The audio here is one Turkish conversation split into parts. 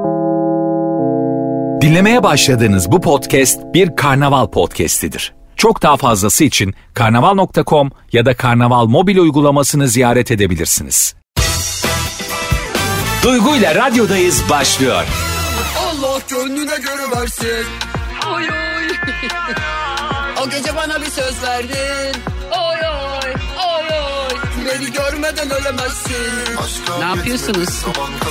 Dinlemeye başladığınız bu podcast bir karnaval podcastidir. Çok daha fazlası için karnaval.com ya da karnaval mobil uygulamasını ziyaret edebilirsiniz. Duygu ile radyodayız başlıyor. Allah gönlüne göre versin. Oy oy. O gece bana bir söz verdin. Oy oy oy oy. Beni görmeden ölemezsin. Ne yapıyorsunuz?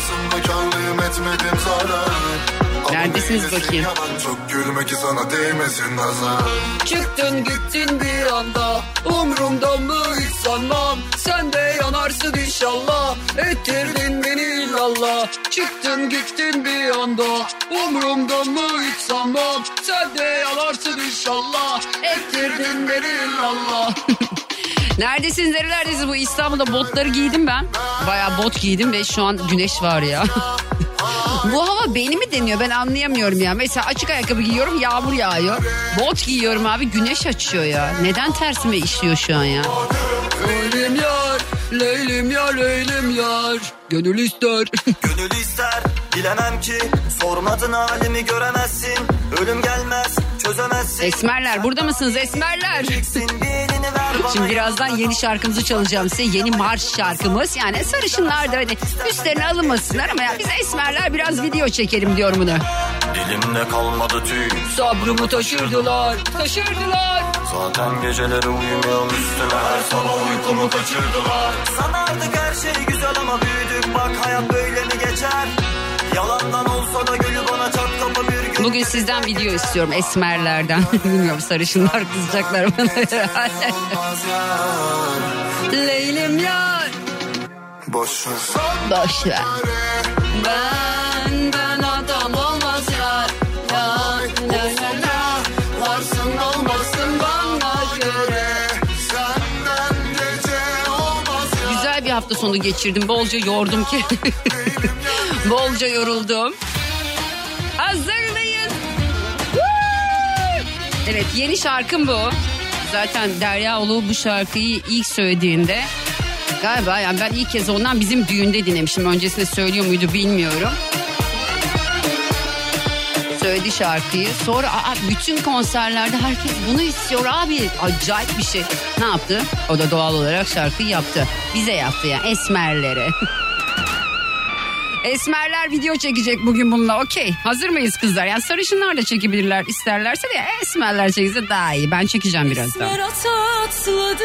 Neredesiniz bakayım? Çok gülme ki sana değmesin nazar. Çıktın gittin bir anda. Umrumda mı hiç sanmam. Sen de yanarsın inşallah. Ettirdin beni illallah. Çıktın gittin bir anda. Umrumda mı hiç sanmam. Sen de yanarsın inşallah. Ettirdin beni illallah. Neredesiniz, nerelerdesiniz? Bu İstanbul'da botları giydim ben. Bayağı bot giydim ve şu an güneş var ya. Bu hava beni mi deniyor, ben anlayamıyorum ya. Mesela açık ayakkabı giyiyorum, yağmur yağıyor. Bot giyiyorum abi, güneş açıyor ya. Neden tersime işliyor şu an ya? Leylim yar, leylim yar, leylim yar. Gönül ister. Gönül ister, bilemem ki. Sormadın halimi göremezsin. Ölüm gelmez, çözemezsin. Esmerler, burada mısınız esmerler? Şimdi birazdan yeni şarkımızı çalacağım size. Yeni marş şarkımız. Yani sarışınlar da hani üstlerine alınmasınlar ama ya biz esmerler biraz video çekelim diyorum bunu. Dilimde kalmadı tüy. Sabrımı taşırdılar, taşırdılar. Zaten geceleri uyumuyorum üstüne. Her sabah uykumu kaçırdılar. Sanardık her şey güzel ama büyüdük. Bak hayat böyle mi geçer? Yalandan olsa da gülü bana çat kapı bir gün. Bugün sizden video istiyorum esmerlerden. Bilmiyorum, sarışınlar kızacaklar bana herhalde. Leylim yar. Boş ver. Boş ver. Benden adam olmaz yar. Varsın olmasın bana göre. Senden gece olmaz ya. Güzel bir hafta sonu geçirdim. Bolca yordum ki. Bolca yoruldum. Hazırlayın. Evet, yeni şarkım bu. Zaten Derya Ulu bu şarkıyı ilk söylediğinde galiba, yani ben ilk kez ondan bizim düğünde dinlemişim. Öncesinde söylüyor muydu bilmiyorum. Söyledi şarkıyı. Sonra bütün konserlerde herkes bunu istiyor abi. Acayip bir şey. Ne yaptı? O da doğal olarak şarkıyı yaptı. Bize yaptı yani, esmerlere. Esmerler video çekecek bugün bununla. Okey. Hazır mıyız kızlar? Yani sarışınlar da çekebilirler isterlerse de esmerler çekse daha iyi. Ben çekeceğim birazdan. Esmer atladı.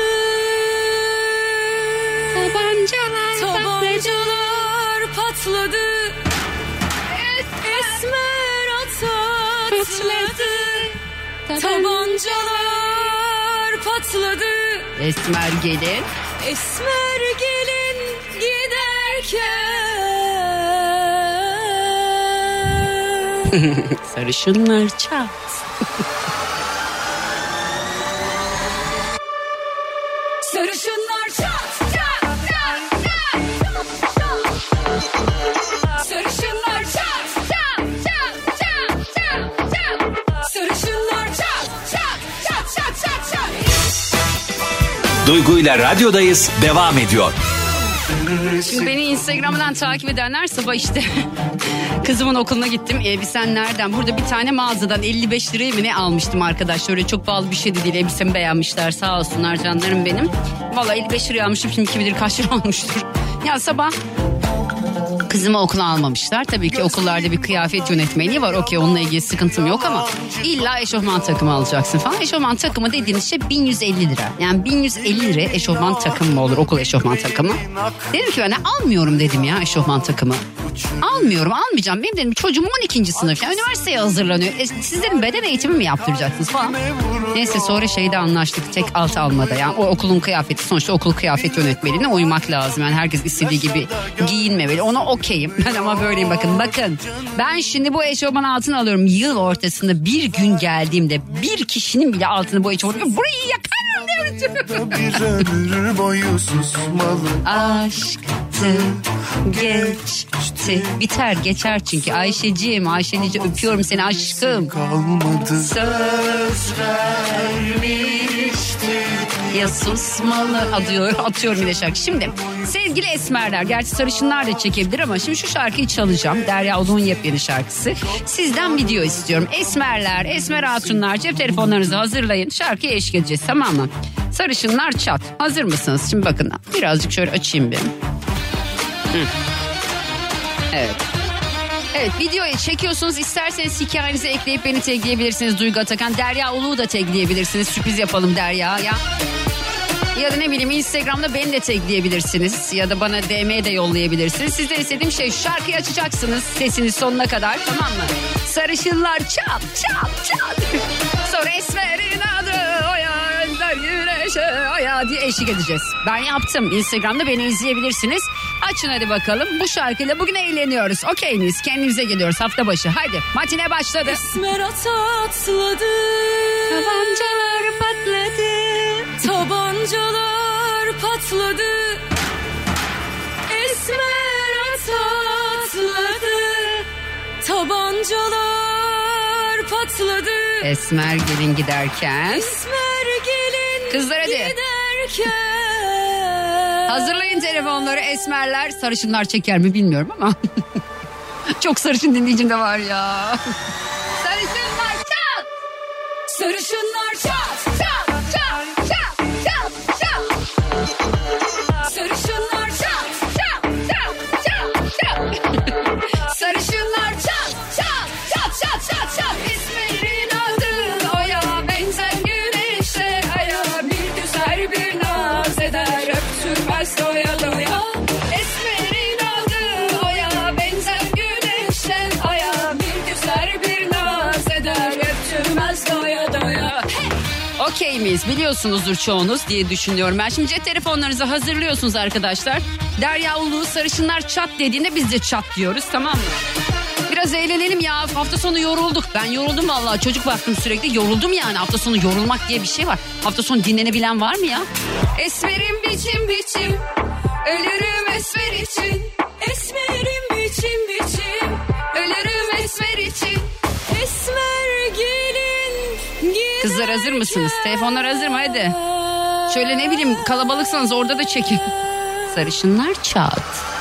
Tabancalar patladı. Esmer atladı. Tabancalar patladı. Esmer gelin. Esmer gelin giderken. Sarışınlar çat. Sarışınlar çat çat çat çat. Sarışınlar çat çat çat çat çat çat. Sarışınlar çat çat çat çat çat çat. Duygu ile radyodayız devam ediyor. Şimdi beni Instagram'dan takip edenler sabah işte kızımın okuluna gittim. Elbisen nereden? Burada bir tane mağazadan 55 liraya mı ne almıştım arkadaşlar. Öyle çok pahalı bir şey de değil. Elbisemi beğenmişler, sağ olsunlar canlarım benim. Vallahi 55 liraya almıştım. Şimdi kim bilir kaç lira olmuştur. Ya sabah kızımı okula almamışlar. Tabii ki okullarda bir kıyafet yönetmeliği var. Okey, onunla ilgili sıkıntım yok ama illa eşofman takımı alacaksın falan. Eşofman takımı dediğiniz şey 1150 lira. Yani 1150 lira eşofman takımı mı olur? Okul eşofman takımı. Dedim ki ben almıyorum dedim ya eşofman takımı. Almıyorum, almayacağım. Benim dedim çocuğum 12. sınıf. Yani üniversiteye hazırlanıyor. Siz dedim beden eğitimi mi yaptıracaksınız falan. Neyse sonra şeyde anlaştık. Tek alt almada. Yani o okulun kıyafeti sonuçta okul kıyafet yönetmeliğine uymak lazım. Yani herkes istediği gibi giyinmemeli. Ona okeyim. Ben ama böyleyim bakın. Bakın ben şimdi bu eşofman altını alıyorum. Yıl ortasında bir gün geldiğimde bir kişinin bile altını bu eşofman. Burayı yakarım diyorum. Bir ömür boyu susmalı. Aşktı geçti. Biter geçer çünkü. Ayşeciğim öpüyorum seni aşkım. Kalmadı. Söz vermişti ya susmalı atıyorum bir de şarkı. Şimdi sevgili esmerler, gerçi sarışınlar da çekebilir ama şimdi şu şarkıyı çalacağım. Derya Uluğ'un yepyeni şarkısı. Sizden video istiyorum. Esmerler, esmer hatunlar cep telefonlarınızı hazırlayın. Şarkıya eşlik edeceğiz, tamam mı? Sarışınlar çat. Hazır mısınız? Şimdi bakın birazcık şöyle açayım bir. Evet. Evet, videoyu çekiyorsunuz. İsterseniz hikayenize ekleyip beni tagleyebilirsiniz. Duygu Atakan. Derya Uluğ'u da tagleyebilirsiniz. Sürpriz yapalım Derya ya. Ya da ne bileyim Instagram'da beni de tagleyebilirsiniz. Ya da bana DM de yollayabilirsiniz. Sizden istediğim şey şarkıyı açacaksınız sesiniz sonuna kadar, tamam mı? Sarışınlar çat çat çat. Sonra esmerin adı oya güneşe oya diye eşlik edeceğiz. Ben yaptım. Instagram'da beni izleyebilirsiniz. Açın hadi bakalım. Bu şarkıyla bugün eğleniyoruz. Okey miyiz? Kendimize geliyoruz hafta başı. Hadi matine başladı. Esmer atladı. Tabancalar patladı. Tabancalar patladı. Esmer atladı. Tabancalar patladı. Esmer gelin giderken. Esmer gelin kızlar hadi. Giderken. Hazırlayın telefonları esmerler. Sarışınlar çeker mi bilmiyorum ama. Çok sarışın dinleyicim de var ya. Sarışınlar çat. Sarışınlar çat çat çat çat çat çat. Sarışınlar çat çat çat çat çat. Sarışınlar çat çat çat çat çat çat. İsmerin adı oya benzer güneşe aya bir güzel bir naz eder öptürmez doya doya. Esmerin adı oya benzer güneşe aya bir güzel bir naz eder öptürmez doya doya. Okey miyiz? Biliyorsunuzdur çoğunuz diye düşünüyorum ben. Şimdi cep telefonlarınızı hazırlıyorsunuz arkadaşlar. Derya Uluğ sarışınlar çat dediğinde biz de çat diyoruz, tamam mı? Biraz eğlenelim ya. Hafta sonu yorulduk. Ben yoruldum vallahi. Çocuk baktım sürekli. Yoruldum yani. Hafta sonu yorulmak diye bir şey var. Hafta sonu dinlenebilen var mı ya? Esmerim biçim biçim. Ölürüm esmer için. Esmerim biçim biçim. Ölürüm esmer için. Esmer gelin giderken. Kızlar hazır mısınız? Telefonlar hazır mı? Hadi. Şöyle ne bileyim kalabalıksanız orada da çekin. Sarışınlar çat.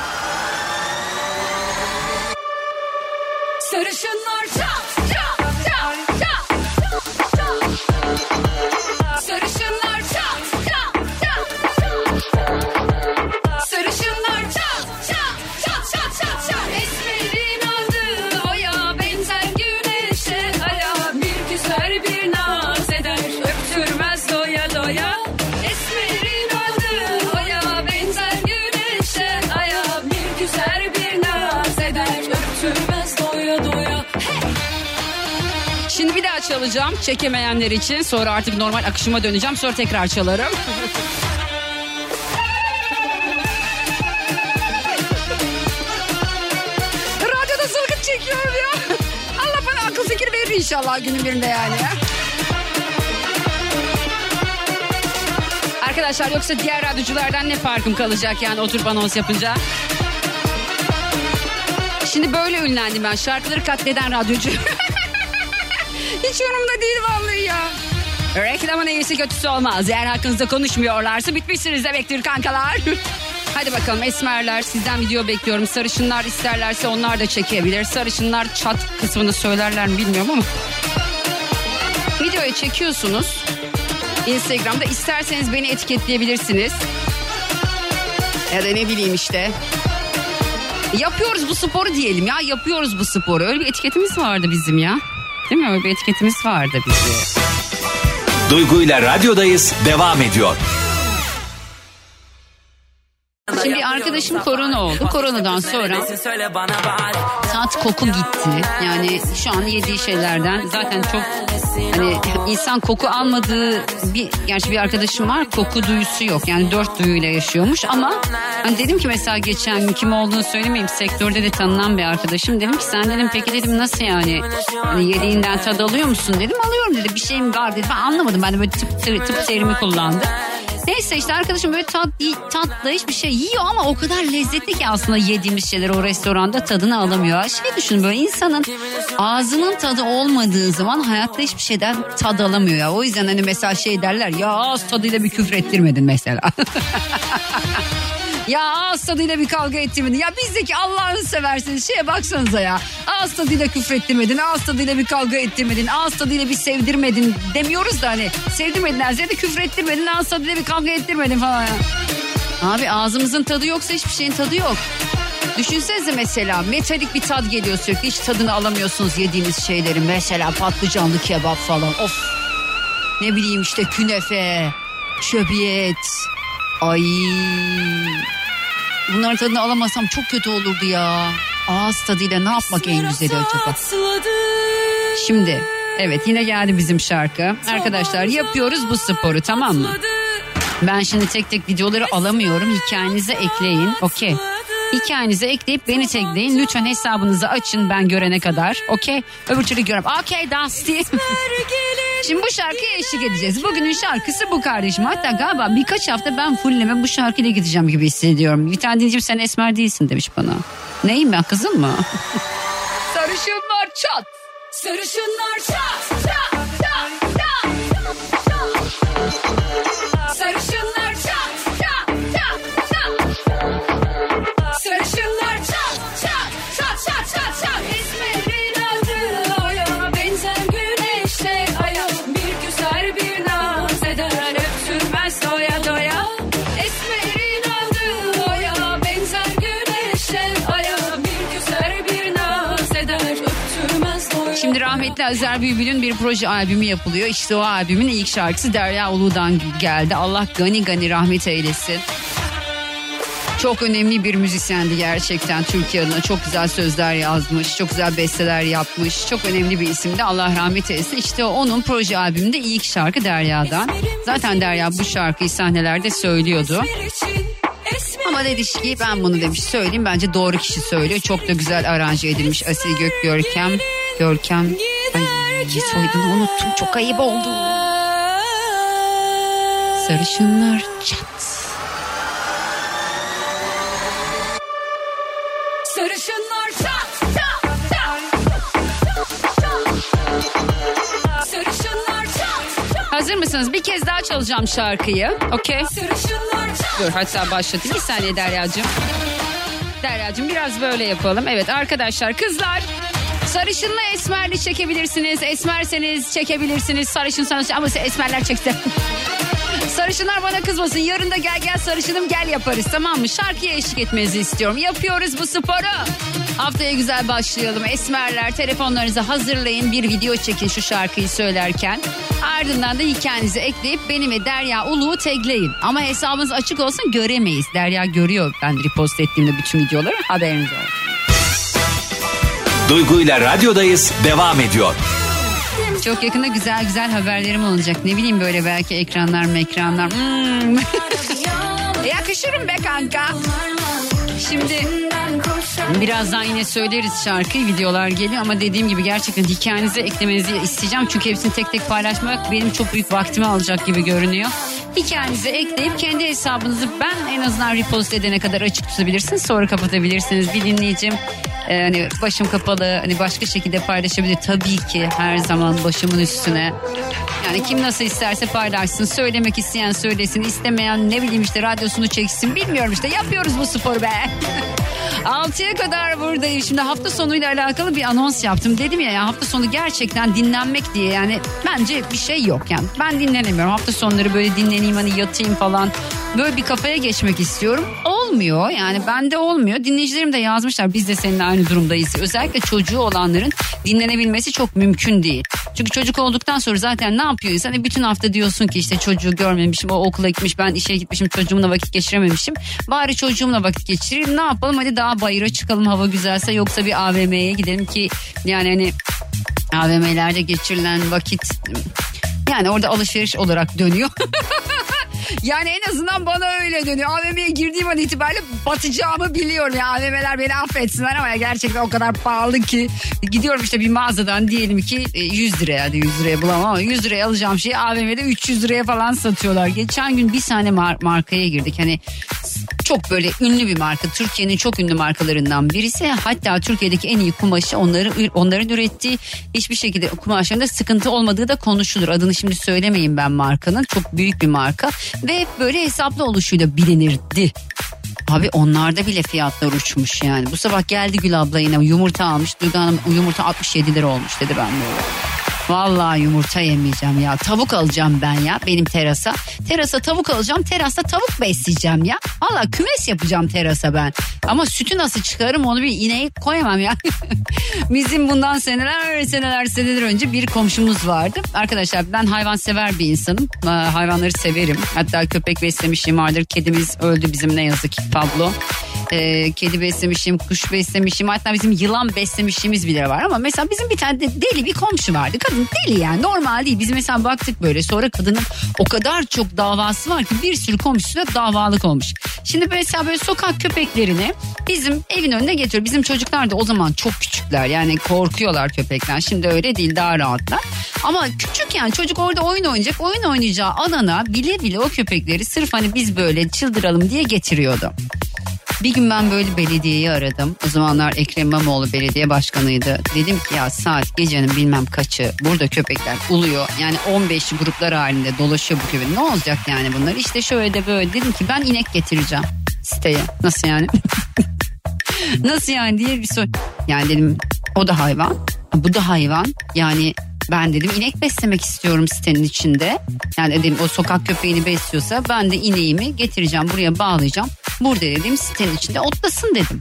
Sarışınlar çat çat çat çat çat. Sarışınlar çat çat çat çat. Sarışınlar çat çat çat çat çat çat. Esmerin adı oya benzer güneşe aya bir güzel bir naz eder öptürmez doya doya. Esmerin adı oya benzer güneşe aya bir güzel bir naz eder öptürmez doya doya. Şimdi bir daha çalacağım çekemeyenler için, sonra artık normal akışıma döneceğim, sonra tekrar çalarım. Radyoda zılgıt çekiyorum ya. Allah bana akıl fikir verir inşallah günün birinde yani. Arkadaşlar yoksa diğer radyoculardan ne farkım kalacak yani oturup anons yapınca? Şimdi böyle ünlendim ben, şarkıları katleden radyocu. Hiç yorumda değil vallahi ya. Reklamın iyisi kötüsü olmaz. Eğer hakkınızda konuşmuyorlarsa bitmişsiniz demektir kankalar. Hadi bakalım esmerler, sizden video bekliyorum. Sarışınlar isterlerse onlar da çekebilir. Sarışınlar çat kısmını söylerler mi bilmiyorum ama. Videoyu çekiyorsunuz. Instagram'da isterseniz beni etiketleyebilirsiniz. Ya da ne bileyim işte. Yapıyoruz bu sporu diyelim ya. Yapıyoruz bu sporu. Öyle bir etiketimiz vardı bizim ya. Değil mi? Öyle bir etiketimiz vardı bizim. Duygu ile radyodayız devam ediyor. Şimdi bir arkadaşım korona oldu. Koronadan sonra tat koku gitti. Yani şu an yediği şeylerden zaten çok hani insan koku almadığı gerçi bir arkadaşım var, koku duyusu yok. Yani 4 duyuyla yaşıyormuş ama hani dedim ki mesela geçen gün kim olduğunu söylemeyeyim, sektörde de tanınan bir arkadaşım. Dedim ki sen dedim peki dedim nasıl yani hani yediğinden tad alıyor musun dedim. Alıyorum dedi, bir şeyim var dedi. Ben anlamadım, ben de böyle tıp terimi kullandı. Neyse işte arkadaşım böyle tatlı hiçbir şey yiyor ama o kadar lezzetli ki aslında yediğimiz şeyler o restoranda tadını alamıyor. Şey düşün, böyle insanın ağzının tadı olmadığı zaman hayatta hiçbir şeyden tad alamıyor ya. O yüzden hani mesela şey derler ya, ağız tadıyla bir küfür ettirmedin mesela. Ya ağız tadıyla bir kavga ettirmedin. Ya bizdeki Allah'ını seversiniz şeye baksanıza ya. Ağız tadıyla küfür ettirmedin. Ağız tadıyla bir kavga ettirmedin. Ağız tadıyla bir sevdirmedin demiyoruz da hani sevdirmedin. Ziyade küfür ettirmedin. Ağız tadıyla bir kavga ettirmedin falan ya. Abi ağzımızın tadı yoksa hiçbir şeyin tadı yok. Düşünsenize mesela metalik bir tat geliyor sürekli. Hiç tadını alamıyorsunuz yediğiniz şeylerin. Mesela patlıcanlı kebap falan. Of. Ne bileyim işte künefe, şöbiyet. Ay. Bunların tadını alamasam çok kötü olurdu ya. Ağız tadıyla ne yapmak en güzeli acaba? Şimdi evet yine geldi bizim şarkı. Arkadaşlar yapıyoruz bu sporu, tamam mı? Ben şimdi tek tek videoları alamıyorum. Hikayenize ekleyin. Okey. Hikayenize ekleyip beni tekleyin. Lütfen hesabınızı açın ben görene kadar. Okey. Öbür türlü göremem. Okey Dusty. Şimdi bu şarkıya eşlik edeceğiz. Bugünün şarkısı bu kardeşim. Hatta galiba birkaç hafta ben fulleme bu şarkıyla gideceğim gibi hissediyorum. Bir tane dinleyicim sen esmer değilsin demiş bana. Neyim ben, kızım mı? Sarışınlar çat. Sarışınlar çat. Çat çat çat. Sarışınlar çat. Çat çat çat. Sarışınlar çat. Çat çat çat çat çat. İsmerin adı oya benzer güneşle aya. Bir güzel bir naz eder öptürmez doya doya. İsmerin adı oya benzer güneşle aya. Bir güzel bir naz eder öptürmez doya. Şimdi rahmetli Azer Bülbül'ün bir proje albümü yapılıyor. İşte o albümün ilk şarkısı Derya Ulu'dan geldi. Allah gani gani rahmet eylesin. Çok önemli bir müzisyendi gerçekten Türkiye adına. Çok güzel sözler yazmış, çok güzel besteler yapmış. Çok önemli bir isimdi, Allah rahmet eylesin. İşte onun proje albümünde ilk şarkı Derya'dan. Zaten Derya bu şarkıyı sahnelerde söylüyordu. Ama demiş ki ben bunu demiş söyleyeyim. Bence doğru kişi söylüyor. Çok da güzel aranje edilmiş. Asil Görkem. Ay soyadını unuttum. Çok ayıp oldu. Sarışınlar çat. Sarışınlar çat çat çat. Sarışınlar çat. Hazır mısınız? Bir kez daha çalacağım şarkıyı. Okey. Sarışınlar çat. Dur hatta başlatayım. Bir saniye Derya'cığım. Derya'cığım biraz böyle yapalım. Evet arkadaşlar, kızlar sarışınla esmerli çekebilirsiniz. Esmerseniz çekebilirsiniz. Sarışınsanız ama esmerler çekse. Sarışınlar bana kızmasın. Yarın da gel sarışınım gel yaparız, tamam mı? Şarkıya eşlik etmenizi istiyorum. Yapıyoruz bu sporu. Haftaya güzel başlayalım. Esmerler telefonlarınızı hazırlayın. Bir video çekin şu şarkıyı söylerken. Ardından da hikayenizi ekleyip beni ve Derya Ulu'yu tagleyin. Ama hesabınız açık olsun, göremeyiz. Derya görüyor ben repost ettiğimde bütün videoları. Haberiniz olsun. Duygu ile radyodayız devam ediyor. Çok yakında güzel haberlerim olacak. Ne bileyim böyle belki ekranlar. Yakışırım be kanka. Şimdi birazdan yine söyleriz şarkıyı, videolar geliyor ama dediğim gibi gerçekten hikayenize eklemenizi isteyeceğim. Çünkü hepsini tek tek paylaşmak benim çok büyük vaktimi alacak gibi görünüyor. Hikayenize ekleyip kendi hesabınızı ben en azından repost edene kadar açık tutabilirsiniz. Sonra kapatabilirsiniz. Bir dinleyicim hani başım kapalı, hani başka şekilde paylaşabilir. Tabii ki her zaman başımın üstüne. Yani kim nasıl isterse paylaşsın. Söylemek isteyen söylesin. İstemeyen ne bileyim işte radyosunu çeksin. Bilmiyorum işte, yapıyoruz bu sporu be. 6'ya kadar buradayım. Şimdi hafta sonuyla alakalı bir anons yaptım. Dedim ya hafta sonu gerçekten dinlenmek diye yani bence bir şey yok. Yani ben dinlenemiyorum. Hafta sonları böyle dinleneyim, hani yatayım falan. Böyle bir kafaya geçmek istiyorum. Olmuyor yani, bende olmuyor. Dinleyicilerim de yazmışlar, biz de seninle aynı durumdayız. Özellikle çocuğu olanların dinlenebilmesi çok mümkün değil. Çünkü çocuk olduktan sonra zaten ne yapıyor insan? Bütün hafta diyorsun ki işte çocuğu görmemişim, o okula gitmiş, ben işe gitmişim, çocuğumla vakit geçirememişim. Bari çocuğumla vakit geçireyim, ne yapalım, hadi daha bayıra çıkalım hava güzelse, yoksa bir AVM'ye gidelim ki yani hani AVM'lerde geçirilen vakit yani orada alışveriş olarak dönüyor. Yani en azından bana öyle dönüyor. AVM'ye girdiğim an itibariyle batacağımı biliyorum. Ya AVM'ler beni affetsinler ama gerçekten o kadar pahalı ki. Gidiyorum işte bir mağazadan diyelim ki 100 liraya, hadi 100 liraya bulamam ama 100 liraya alacağım şeyi AVM'de 300 liraya falan satıyorlar. Geçen gün bir tane markaya girdik. Hani çok böyle ünlü bir marka. Türkiye'nin çok ünlü markalarından birisi. Hatta Türkiye'deki en iyi kumaşı onların ürettiği, hiçbir şekilde kumaşlarında sıkıntı olmadığı da konuşulur. Adını şimdi söylemeyeyim ben markanın. Çok büyük bir marka ve böyle hesaplı oluşuyla bilinirdi. Abi onlarda bile fiyatlar uçmuş yani. Bu sabah geldi Gül abla yine yumurta almış. Duygu Hanım yumurta 67 lira olmuş dedi, ben böyle. Vallahi yumurta yemeyeceğim ya. Tavuk alacağım ben ya benim terasa. Terasa tavuk alacağım. Terasta tavuk besleyeceğim ya. Vallahi kümes yapacağım terasa ben. Ama sütü nasıl çıkarım onu bir ineğe koyamam ya. Bizim bundan seneler önce bir komşumuz vardı. Arkadaşlar ben hayvansever bir insanım. Hayvanları severim. Hatta köpek beslemişliğim vardır. Kedimiz öldü bizim ne yazık ki, Pablo. Kedi beslemişim, kuş beslemişim, hatta bizim yılan beslemişliğimiz bile var. Ama mesela bizim bir tane deli bir komşu vardı. Kadın deli yani, normal değil. Biz mesela baktık böyle, sonra kadının o kadar çok davası var ki bir sürü komşusuyla davalık olmuş. Şimdi mesela böyle sokak köpeklerini bizim evin önüne getiriyor. Bizim çocuklar da o zaman çok küçükler yani, korkuyorlar köpekten. Şimdi öyle değil, daha rahatlar. Ama küçük yani, çocuk orada oyun oynayacak. Oyun oynayacağı alana bile bile o köpekleri sırf hani biz böyle çıldıralım diye getiriyordu. Bir gün ben böyle belediyeyi aradım. O zamanlar Ekrem İmamoğlu belediye başkanıydı. Dedim ki ya saat gecenin bilmem kaçı, burada köpekler uluyor. Yani 15 gruplar halinde dolaşıyor bu köpek. Ne olacak yani bunlar? İşte şöyle de böyle. Dedim ki ben inek getireceğim siteye. Nasıl yani? Nasıl yani diye bir soru. Yani dedim o da hayvan, bu da hayvan. Yani ben dedim inek beslemek istiyorum sitenin içinde. Yani dedim o sokak köpeğini besliyorsa ben de ineğimi getireceğim, buraya bağlayacağım. Burada dedim sitenin içinde otlasın dedim.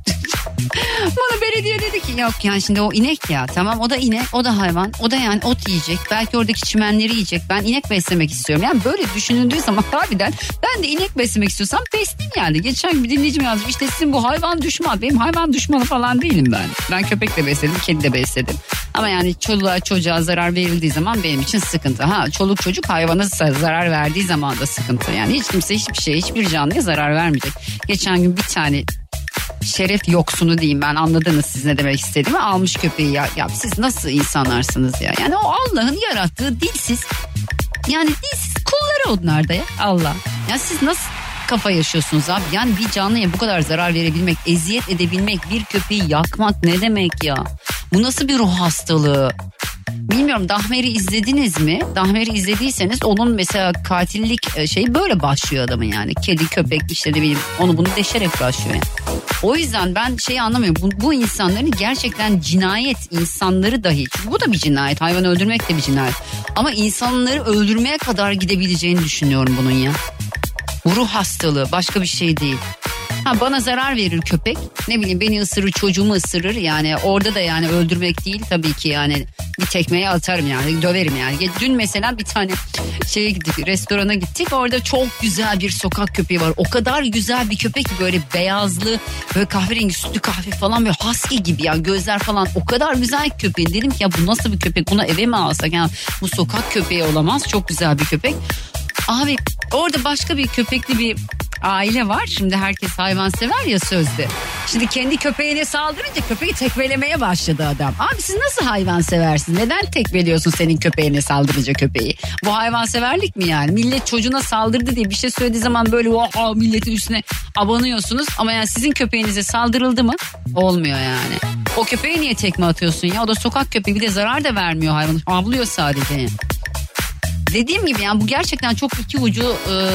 Bana belediye dedi ki yok yani şimdi o inek ya, tamam o da inek, o da hayvan, o da yani ot yiyecek, belki oradaki çimenleri yiyecek, ben inek beslemek istiyorum. Yani böyle düşünüldüğü zaman harbiden ben de inek beslemek istiyorsam besleyeyim yani. Geçen gün bir dinleyicim yazmış, işte sizin bu hayvan düşman, benim hayvan düşmanı falan değilim ben. Ben köpek de besledim, kedi de besledim. Ama yani çoluğa çocuğa zarar verildiği zaman benim için sıkıntı. Çoluk çocuk hayvana zarar verdiği zaman da sıkıntı. Yani hiç kimse hiçbir canlıya zarar vermeyecek. Geçen gün bir tane şeref yoksunu diyeyim ben, anladınız siz ne demek istediğimi, almış köpeği ya. Ya siz nasıl insanlarsınız ya? Yani o Allah'ın yarattığı dilsiz, yani dilsiz kulları onlar da ya, Allah. Ya siz nasıl kafa yaşıyorsunuz abi? Yani bir canlıya bu kadar zarar verebilmek, eziyet edebilmek, bir köpeği yakmak ne demek ya? Bu nasıl bir ruh hastalığı? Bilmiyorum, Dahmer'i izlediniz mi? Dahmer'i izlediyseniz onun mesela katillik şeyi böyle başlıyor adamın yani. Kedi, köpek işte de bileyim, onu bunu deşerek başlıyor yani. O yüzden ben şeyi anlamıyorum. Bu insanların gerçekten cinayet, insanları dahi. Çünkü bu da bir cinayet. Hayvanı öldürmek de bir cinayet. Ama insanları öldürmeye kadar gidebileceğini düşünüyorum bunun ya. Bu ruh hastalığı, başka bir şey değil. Bana zarar verir köpek, ne bileyim beni ısırır, çocuğumu ısırır, yani orada da yani öldürmek değil tabii ki, yani bir tekmeye atarım yani, döverim yani. Dün mesela bir tane şeye gittik, restorana gittik, orada çok güzel bir sokak köpeği var. O kadar güzel bir köpek ki, böyle beyazlı, böyle kahverengi sütlü kahve falan, böyle husky gibi ya, gözler falan o kadar güzel ki köpeğin. Dedim ki ya bu nasıl bir köpek, bunu eve mi alsak, yani bu sokak köpeği olamaz, çok güzel bir köpek. Abi orada başka bir köpekli bir aile var. Şimdi herkes hayvan sever ya sözde. Şimdi kendi köpeğine saldırınca köpeği tekmelemeye başladı adam. Abi siz nasıl hayvan seversiniz? Neden tekmeliyorsun senin köpeğine saldırınca köpeği? Bu hayvan severlik mi yani? Millet çocuğuna saldırdı diye bir şey söylediği zaman böyle milletin üstüne abanıyorsunuz. Ama yani sizin köpeğinize saldırıldı mı? Olmuyor yani. O köpeğe niye tekme atıyorsun ya? O da sokak köpeği, bir de zarar da vermiyor hayvan. Avlıyor sadece yani. Dediğim gibi yani bu gerçekten çok iki ucu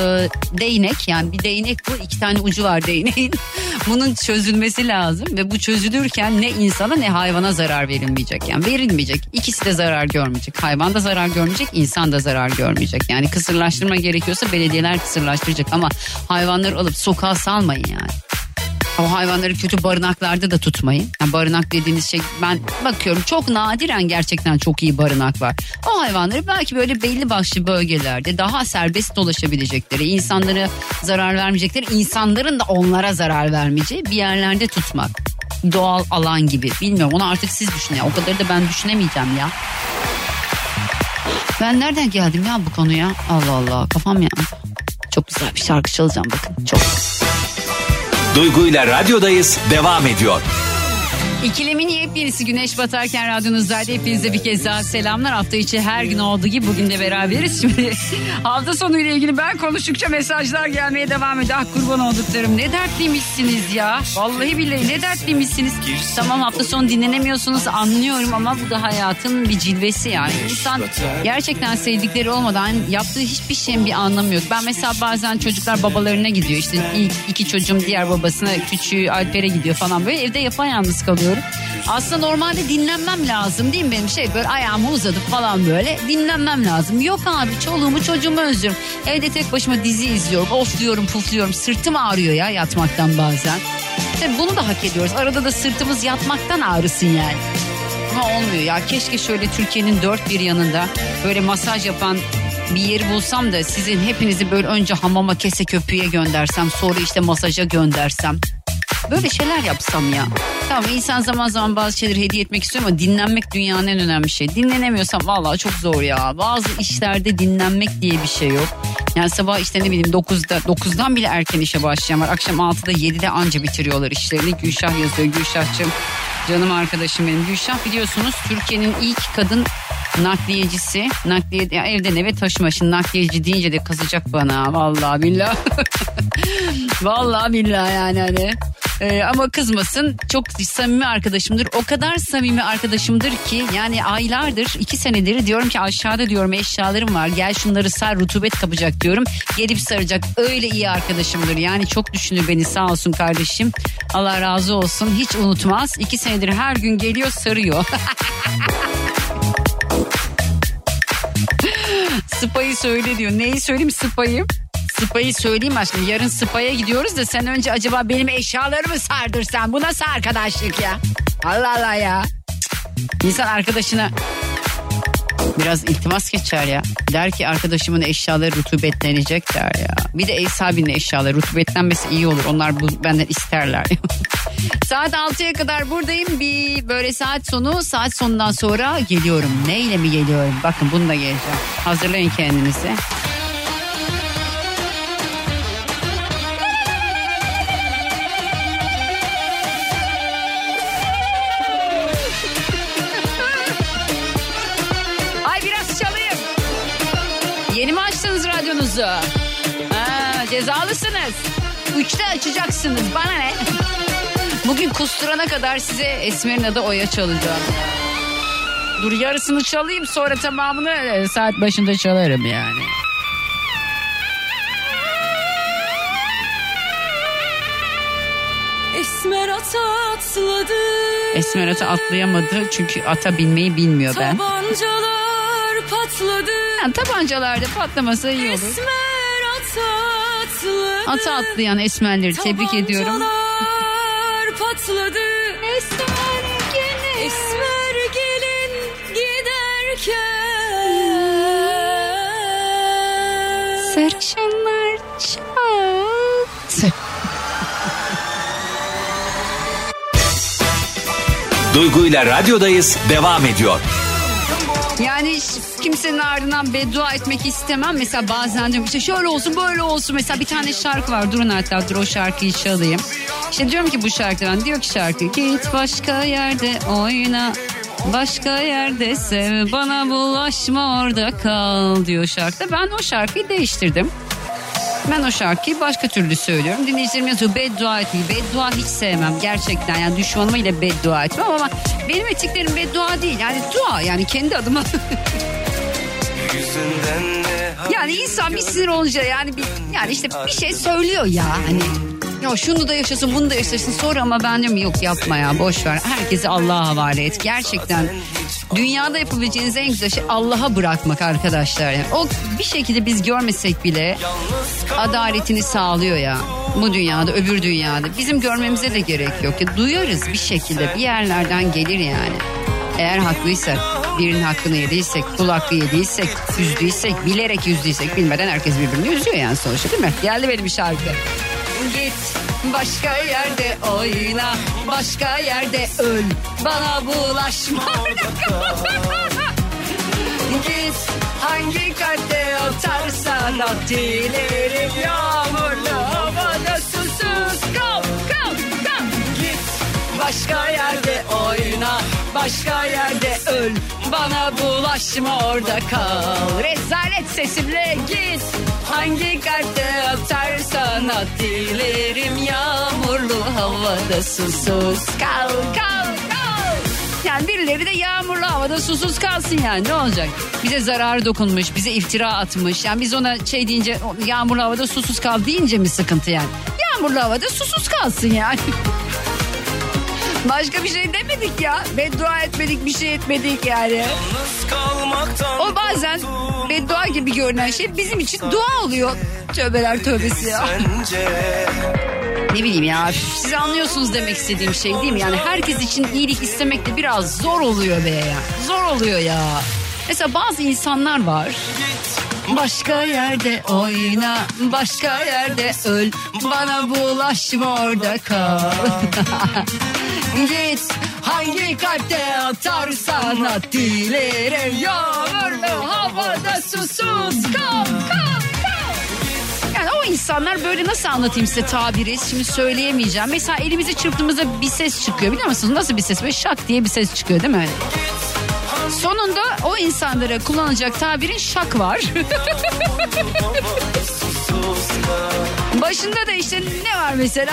değnek, yani bir değnek bu, iki tane ucu var değneğin. Bunun çözülmesi lazım ve bu çözülürken ne insana ne hayvana zarar verilmeyecek, yani verilmeyecek. İkisi de zarar görmeyecek, hayvan da zarar görmeyecek, insan da zarar görmeyecek. Yani kısırlaştırma gerekiyorsa belediyeler kısırlaştıracak ama hayvanları alıp sokağa salmayın yani. O hayvanları kötü barınaklarda da tutmayın. Yani barınak dediğiniz şey, ben bakıyorum çok nadiren gerçekten çok iyi barınak var. O hayvanları belki böyle belli başlı bölgelerde daha serbest dolaşabilecekleri, insanlara zarar vermeyecekleri, insanların da onlara zarar vermeyeceği bir yerlerde tutmak. Doğal alan gibi. Bilmiyorum, onu artık siz düşünün. O kadarı da ben düşünemeyeceğim ya. Ben nereden geldim ya bu konuya? Allah Allah, kafam yandı. Çok güzel bir şarkı çalacağım bakın. Çok. Duygu ile radyodayız devam ediyor. İkilemin yepyenisi Güneş Batarken radyonuzdaydı. Hepinize bir kez daha selamlar. Hafta içi her gün olduğu gibi bugün de beraberiz. Şimdi hafta sonu ile ilgili ben konuştukça mesajlar gelmeye devam ediyor. Ah kurban olduklarım, ne dertliymişsiniz ya. Vallahi billahi ne dertliymişsiniz. Tamam, hafta sonu dinlenemiyorsunuz, anlıyorum ama bu da hayatın bir cilvesi yani. İnsan gerçekten sevdikleri olmadan yaptığı hiçbir şeyin bir anlamı yok. Ben mesela bazen çocuklar babalarına gidiyor. İşte ilk iki çocuğum diğer babasına, küçüğü Alper'e gidiyor falan, böyle evde yapayalnız kalıyorum. Aslında normalde dinlenmem lazım değil mi benim, böyle ayağımı uzadıp falan böyle dinlenmem lazım. Yok abi, çoluğumu çocuğumu özlüyorum. Evde tek başıma dizi izliyorum, ofluyorum pufluyorum, sırtım ağrıyor ya yatmaktan bazen. Tabii bunu da hak ediyoruz, arada da sırtımız yatmaktan ağrısın yani. Ama olmuyor ya, keşke şöyle Türkiye'nin dört bir yanında böyle masaj yapan bir yeri bulsam da sizin hepinizi böyle önce hamama, kese köpüğe göndersem, sonra işte masaja göndersem. Böyle şeyler yapsam ya. Tamam, insan zaman zaman bazı şeyleri hediye etmek istiyor ama dinlenmek dünyanın en önemli şey. Dinlenemiyorsam vallahi çok zor ya. Bazı işlerde dinlenmek diye bir şey yok. Yani sabah işte ne bileyim 9'dan bile erken işe başlayan var. Akşam 6'da 7'de anca bitiriyorlar işlerini. Gülşah yazıyor. Gülşah'cığım, canım arkadaşım benim. Gülşah biliyorsunuz Türkiye'nin ilk kadın nakliyecisi. Nakliye, ya evden eve taşıma. Şimdi nakliyeci deyince de kazacak bana. Vallahi billahi. Vallahi billahi yani hani. Ama kızmasın, çok samimi arkadaşımdır. O kadar samimi arkadaşımdır ki yani aylardır, 2 senedir diyorum ki aşağıda diyorum eşyalarım var, gel şunları sar, rutubet kapacak diyorum. Gelip saracak, öyle iyi arkadaşımdır. Yani çok düşünür beni, sağ olsun kardeşim. Allah razı olsun, hiç unutmaz. 2 senedir her gün geliyor, sarıyor. Spa'yı söyle diyor. Neyi söyleyeyim Spa'yı? Spa'yı söyleyeyim aşkım. Yarın Spa'ya gidiyoruz da sen önce acaba benim eşyalarımı sardırsan. Bu nasıl arkadaşlık ya? Allah Allah ya. İnsan arkadaşına biraz iltimas geçer ya. Der ki arkadaşımın eşyaları rutubetlenecek der ya. Bir de ev sahibinin eşyaları rutubetlenmesi iyi olur. Onlar benden isterler. Saat 6'ya kadar buradayım. Bir böyle saat sonundan sonra geliyorum. Neyle mi geliyorum? Bakın bununla geleceğim. Hazırlayın kendinizi. Yeni mi açtınız radyonuzu? Cezalısınız. 3'te açacaksınız. Bana ne? Bugün kusturana kadar size Esmer'in adı Oya çalacağım. Dur yarısını çalayım, sonra tamamını saat başında çalarım yani. Esmer ata atladı. Esmer ata atlayamadı çünkü ata binmeyi bilmiyor ben. Tabancalar patladı. Yani tabancalarda patlamasa iyi olur. Esmer ata atladı. Ata atlayan Esmerleri tebrik ediyorum. Tabancalar patladı. Esmer gelin giderken. Sarışınlar çok. Duygu ile radyodayız devam ediyor. Yani kimsenin ardından beddua etmek istemem. Mesela bazen diyorum işte şöyle olsun böyle olsun. Mesela bir tane şarkı var, durun hatta dur o şarkıyı çalayım. İşte diyorum ki bu şarkıdan, diyor ki şarkı, git başka yerde oyna, başka yerde sev, bana bulaşma orada kal diyor şarkıda. Ben o şarkıyı değiştirdim. Ben o şarkıyı başka türlü söylüyorum. Dinleyicilerim yazıyor beddua etmeyi. Beddua hiç sevmem gerçekten. Yani düşmanıma ile beddua etmem ama benim ettiklerim beddua değil. Yani dua, yani kendi adıma. Yani insan bir sinir olunca yani işte bir şey söylüyor ya hani. Ya şunu da yaşasın, bunu da yaşasın. Sonra ama ben diyorum yok yapma ya, boş ver. Herkesi Allah'a havale et. Gerçekten dünyada yapabileceğiniz en güzel şey Allah'a bırakmak arkadaşlar. Yani o bir şekilde biz görmesek bile adaletini sağlıyor ya. Bu dünyada, öbür dünyada. Bizim görmemize de gerek yok. Ya, duyarız bir şekilde, bir yerlerden gelir yani. Eğer haklıysak, birinin hakkını yediysek, kul hakkı yediysek, üzdüysek, bilerek üzdüysek, bilmeden herkes birbirini üzüyor yani sonuçta, değil mi? Geldi benim şarkı. Git başka yerde oyna, başka yerde öl, bana bulaşma. Git hangi kalpte atarsan at dilerim yağmurlu havada susuz kal kal kal. Git başka yerde oyna, başka yerde öl, bana bulaşma orada kal. Rezalet sesimle git, hangi kalpte atarsan at dilerim yağmurlu havada susuz kal kal kal. Yani birileri de yağmurlu havada susuz kalsın yani, ne olacak? Bize zarar dokunmuş, bize iftira atmış. Yani biz ona şey deyince, yağmurlu havada susuz kal deyince mi sıkıntı yani? Yağmurlu havada susuz kalsın yani. Başka bir şey demedik ya. Beddua etmedik, bir şey etmedik yani. O bazen beddua gibi görünen şey bizim için dua oluyor. Tövbeler tövbesi ya. Ne bileyim ya, siz anlıyorsunuz demek istediğim şey değil mi? Yani herkes için iyilik istemek de biraz zor oluyor be ya. Zor oluyor ya. Mesela bazı insanlar var. Başka yerde oyna, başka yerde öl, bana bulaşma orada kal. Git hangi kalpte atarsan at dilerim yağmurlu havada susuz kal kal kal. Yani o insanlar böyle, nasıl anlatayım size tabiri, şimdi söyleyemeyeceğim. Mesela elimizi çırptığımızda bir ses çıkıyor, biliyor musunuz? Nasıl bir ses? Böyle şak diye bir ses çıkıyor değil mi? Sonunda o insanlara kullanacak tabirin şak var. Başında da işte ne var mesela?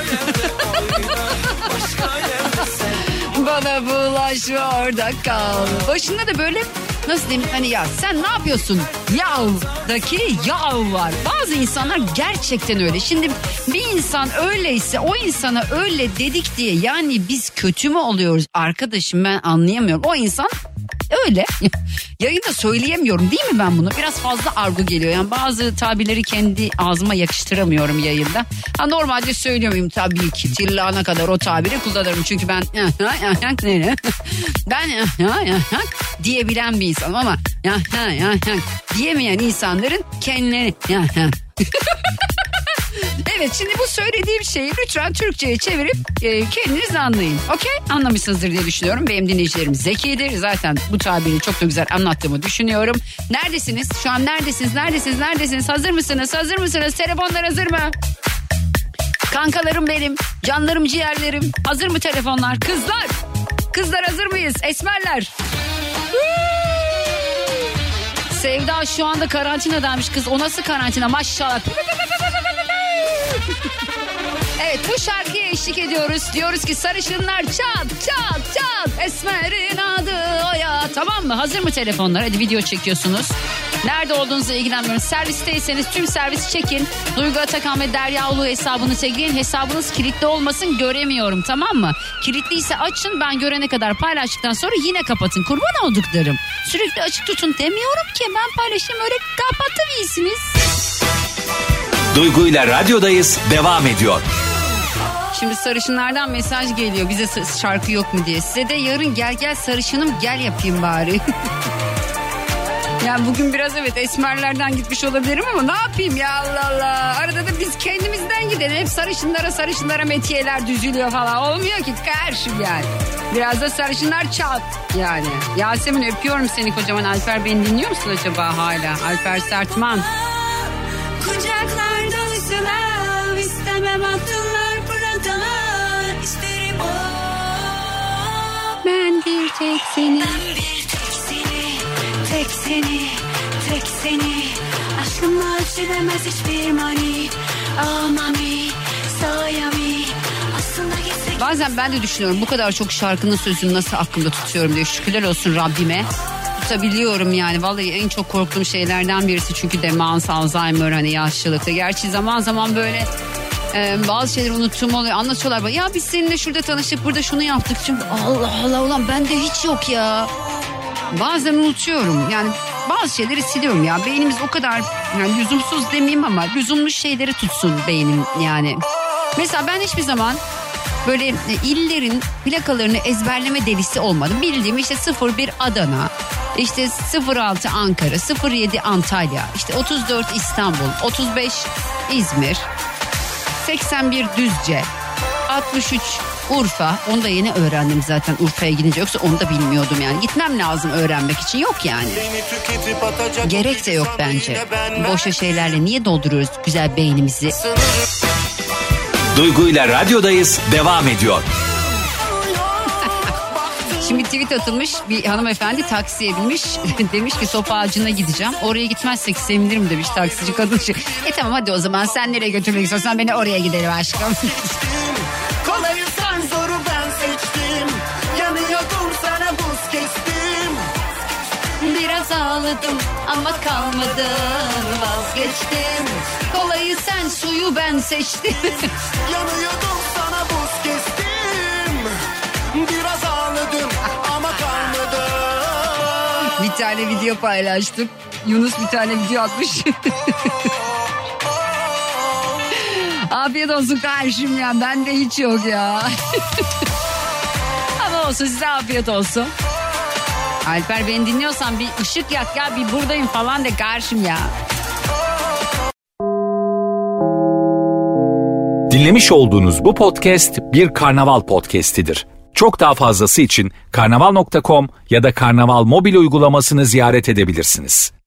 Bana bulaşma orada kal. Başında da böyle, nasıl diyeyim, hani ya sen ne yapıyorsun? Yav'daki yav var. Bazı insanlar gerçekten öyle. Şimdi bir insan öyleyse, o insana öyle dedik diye yani biz kötü mü oluyoruz? Arkadaşım ben anlayamıyorum. O insan öyle. Yayında söyleyemiyorum değil mi ben bunu? Biraz fazla argo geliyor. Yani bazı tabirleri kendi ağzıma yakıştıramıyorum yayında. Ha, normalde söylüyor muyum? Tabii ki tillana kadar o tabiri kullanırım. Çünkü ben diyebilen bir insanım ama diyemeyen insanların kendileri Evet, şimdi bu söylediğim şeyi lütfen Türkçe'ye çevirip kendiniz anlayın. Okey? Anlamışsınızdır diye düşünüyorum. Benim dinleyicilerim zekidir. Zaten bu tabiri çok da güzel anlattığımı düşünüyorum. Neredesiniz? Şu an neredesiniz? Neredesiniz? Hazır mısınız? Telefonlar hazır mı? Kankalarım benim, canlarım, ciğerlerim. Hazır mı telefonlar? Kızlar hazır mıyız? Esmerler. Sevda şu anda karantinadaymış kız. O nasıl karantina? Maşallah. Evet, bu şarkıya eşlik ediyoruz. Diyoruz ki sarışınlar çat çat çat, esmerin adı Oya. Tamam mı? Hazır mı telefonlar? Hadi video çekiyorsunuz. Nerede olduğunuza ilgilenmiyorum. Servisteyseniz tüm servisi çekin. Duygu Atakan ve Derya Ulu hesabını tekleyin. Hesabınız kilitli olmasın, göremiyorum, tamam mı? Kilitliyse açın, ben görene kadar paylaştıktan sonra yine kapatın. Kurban olduklarım. Sürekli açık tutun demiyorum ki, ben paylaşayım öyle kapattım, iyisiniz. Duygu ile radyodayız devam ediyor. Şimdi sarışınlardan mesaj geliyor, bize şarkı yok mu diye. Size de yarın gel sarışınım gel yapayım bari. Yani bugün biraz evet esmerlerden gitmiş olabilirim ama ne yapayım ya, Allah Allah. Arada da biz kendimizden gidelim. Hep sarışınlara metiyeler düzülüyor falan. Olmuyor ki karşım yani. Biraz da sarışınlar çat yani. Yasemin öpüyorum seni kocaman. Alper beni dinliyor musun acaba hala? Alper Sertman. Kucaklarda ısınav istemem, altınlar pırıltılar isterim o. Ben bir tek seni. Tek seni aşkımla ölçülemez hiçbir mani. Oh mami, so yummy. Aslında gitsek... Bazen ben de düşünüyorum, bu kadar çok şarkının sözünü nasıl aklımda tutuyorum diye. Şükürler olsun Rabbime. Tutabiliyorum yani. Vallahi en çok korktuğum şeylerden birisi çünkü demans, Alzheimer, hani yaşlılıkta. Gerçi zaman zaman böyle bazı şeyleri unuttuğum oluyor. Anlatıyorlar bana, ya biz seninle şurada tanıştık, burada şunu yaptık. Çünkü Allah Allah, ulan bende hiç yok ya. Bazen unutuyorum yani, bazı şeyleri siliyorum ya. Beynimiz o kadar yani lüzumsuz demeyeyim ama lüzumlu şeyleri tutsun beynim yani. Mesela ben hiçbir zaman böyle illerin plakalarını ezberleme delisi olmadım. Bildiğim işte 01 Adana, işte 06 Ankara, 07 Antalya, işte 34 İstanbul, 35 İzmir, 81 Düzce, 63 Urfa, onu da yeni öğrendim zaten Urfa'ya gidince, yoksa onu da bilmiyordum yani. Gitmem lazım öğrenmek için, yok yani. Gerek de yok bence. Boşa şeylerle niye dolduruyoruz güzel beynimizi? Duygu ile radyodayız devam ediyor. Şimdi tweet atılmış, bir hanımefendi taksiye binmiş. Demiş ki sopa ağacına gideceğim. Oraya gitmezsek sevinirim demiş taksici kadın. Tamam hadi o zaman sen nereye götürmek istiyorsan beni oraya gidelim aşkım. Kolayı sen zoru ben seçtim. Yanıyordum sana buz kestim. Biraz ağladım ama kalmadım, vazgeçtim. Kolayı sen, suyu ben seçtim. Yanıyordum sana buz kestim. Biraz ağladım ama kalmadım. Bir tane video paylaştım. Yunus bir tane video atmış. Afiyet olsun kardeşim ya, bende hiç yok ya. Ama olsun, size afiyet olsun. Alper, beni dinliyorsan bir ışık yak ya, bir buradayım falan de karşım ya. Dinlemiş olduğunuz bu podcast bir Karnaval podcastidir. Çok daha fazlası için karnaval.com ya da Karnaval mobil uygulamasını ziyaret edebilirsiniz.